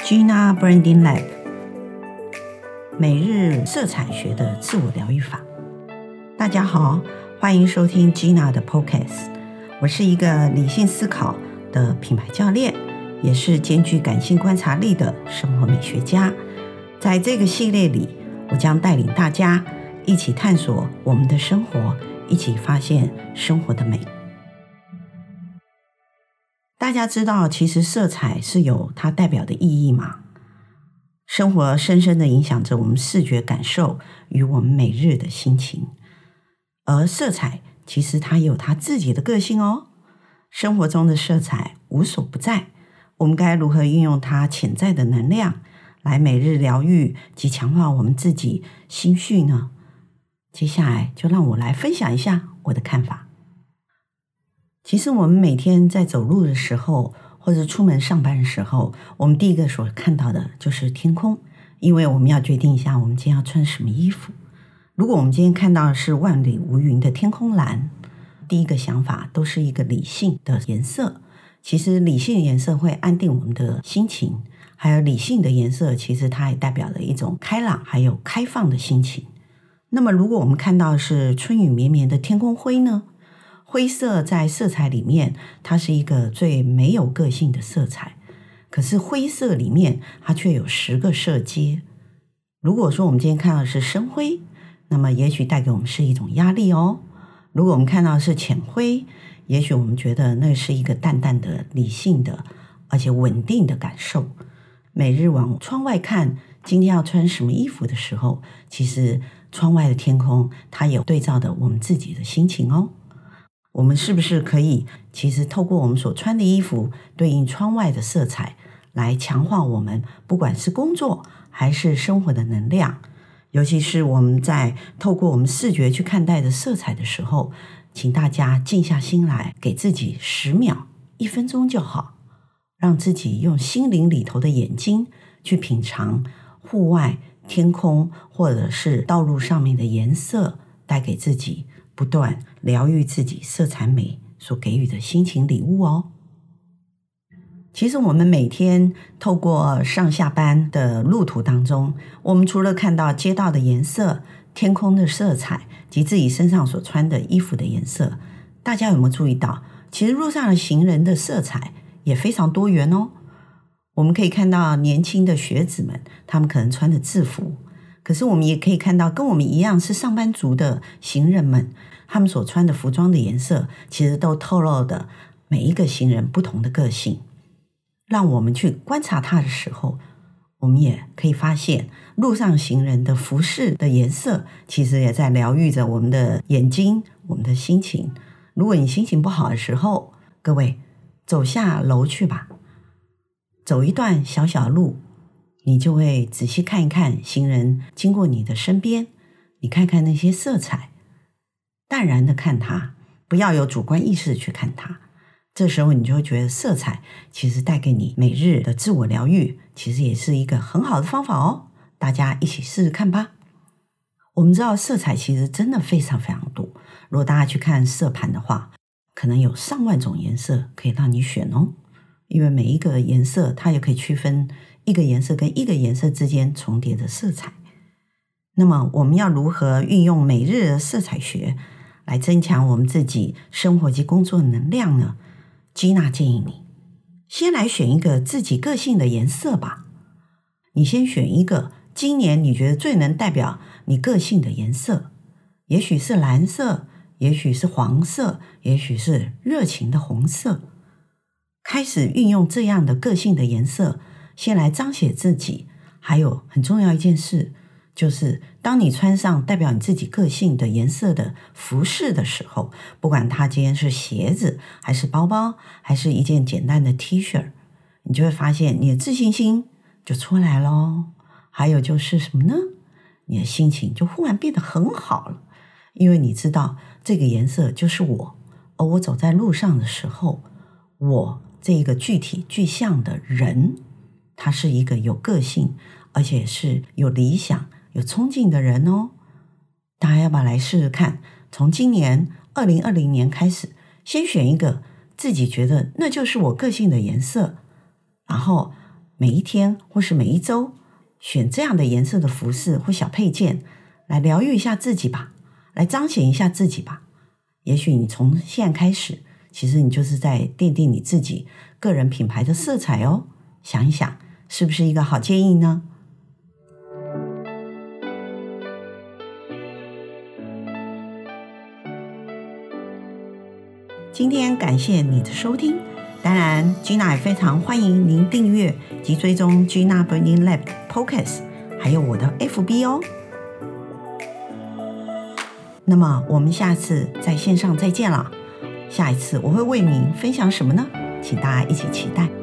Gina Branding Lab 每日色彩学的自我疗愈法。大家好，欢迎收听 Gina 的 Podcast。 我是一个理性思考的品牌教练，也是兼具感性观察力的生活美学家。在这个系列里，我将带领大家一起探索我们的生活，一起发现生活的美。大家知道其实色彩是有它代表的意义吗？生活深深地影响着我们视觉感受与我们每日的心情，而色彩其实它有它自己的个性哦。生活中的色彩无所不在，我们该如何运用它潜在的能量来每日疗愈及强化我们自己心绪呢？接下来就让我来分享一下我的看法。其实我们每天在走路的时候，或者出门上班的时候，我们第一个所看到的就是天空，因为我们要决定一下我们今天要穿什么衣服。如果我们今天看到的是万里无云的天空蓝，第一个想法都是一个理性的颜色。其实理性的颜色会安定我们的心情，还有理性的颜色其实它也代表了一种开朗还有开放的心情。那么如果我们看到的是春雨绵绵的天空灰呢？灰色在色彩里面，它是一个最没有个性的色彩，可是灰色里面它却有10个色阶。如果说我们今天看到的是深灰，那么也许带给我们是一种压力哦。如果我们看到的是浅灰，也许我们觉得那是一个淡淡的理性的而且稳定的感受。每日往窗外看，今天要穿什么衣服的时候，其实窗外的天空它也对照的我们自己的心情哦。我们是不是可以其实透过我们所穿的衣服对应窗外的色彩，来强化我们不管是工作还是生活的能量？尤其是我们在透过我们视觉去看待的色彩的时候，请大家静下心来，给自己10秒1分钟就好，让自己用心灵里头的眼睛去品尝户外天空或者是道路上面的颜色，带给自己不断疗愈自己色彩美所给予的心情礼物哦。其实我们每天透过上下班的路途当中，我们除了看到街道的颜色、天空的色彩及自己身上所穿的衣服的颜色，大家有没有注意到，其实路上的行人的色彩也非常多元哦。我们可以看到年轻的学子们，他们可能穿的制服，可是我们也可以看到跟我们一样是上班族的行人们，他们所穿的服装的颜色其实都透露的每一个行人不同的个性。让我们去观察它的时候，我们也可以发现路上行人的服饰的颜色其实也在疗愈着我们的眼睛，我们的心情。如果你心情不好的时候，各位走下楼去吧，走一段小小路，你就会仔细看一看行人经过你的身边，你看看那些色彩，淡然的看它，不要有主观意识去看它。这时候你就会觉得色彩其实带给你每日的自我疗愈，其实也是一个很好的方法哦。大家一起试试看吧。我们知道色彩其实真的非常非常多，如果大家去看色盘的话，可能有上万种颜色可以让你选哦。因为每一个颜色它也可以区分一个颜色跟一个颜色之间重叠的色彩。那么我们要如何运用每日的色彩学来增强我们自己生活及工作的能量呢？Gina 建议你先来选一个自己个性的颜色吧。你先选一个今年你觉得最能代表你个性的颜色，也许是蓝色，也许是黄色，也许是热情的红色。开始运用这样的个性的颜色，先来彰显自己。还有很重要一件事，就是当你穿上代表你自己个性的颜色的服饰的时候，不管它今天是鞋子还是包包还是一件简单的 T 恤，你就会发现你的自信心就出来咯。还有就是什么呢？你的心情就忽然变得很好了，因为你知道这个颜色就是我，而我走在路上的时候，我这个具体具象的人，他是一个有个性而且是有理想有冲劲的人哦。大家要不要来试试看，从今年2020年开始，先选一个自己觉得那就是我个性的颜色，然后每一天或是每一周选这样的颜色的服饰或小配件来疗愈一下自己吧，来彰显一下自己吧。也许你从现在开始，其实你就是在奠定你自己个人品牌的色彩哦。想一想，是不是一个好建议呢？今天感谢你的收听，当然 Gina 也非常欢迎您订阅及追踪 Gina Bernini Lab Podcast， 还有我的 FB 哦。那么我们下次在线上再见了，下一次我会为您分享什么呢？请大家一起期待。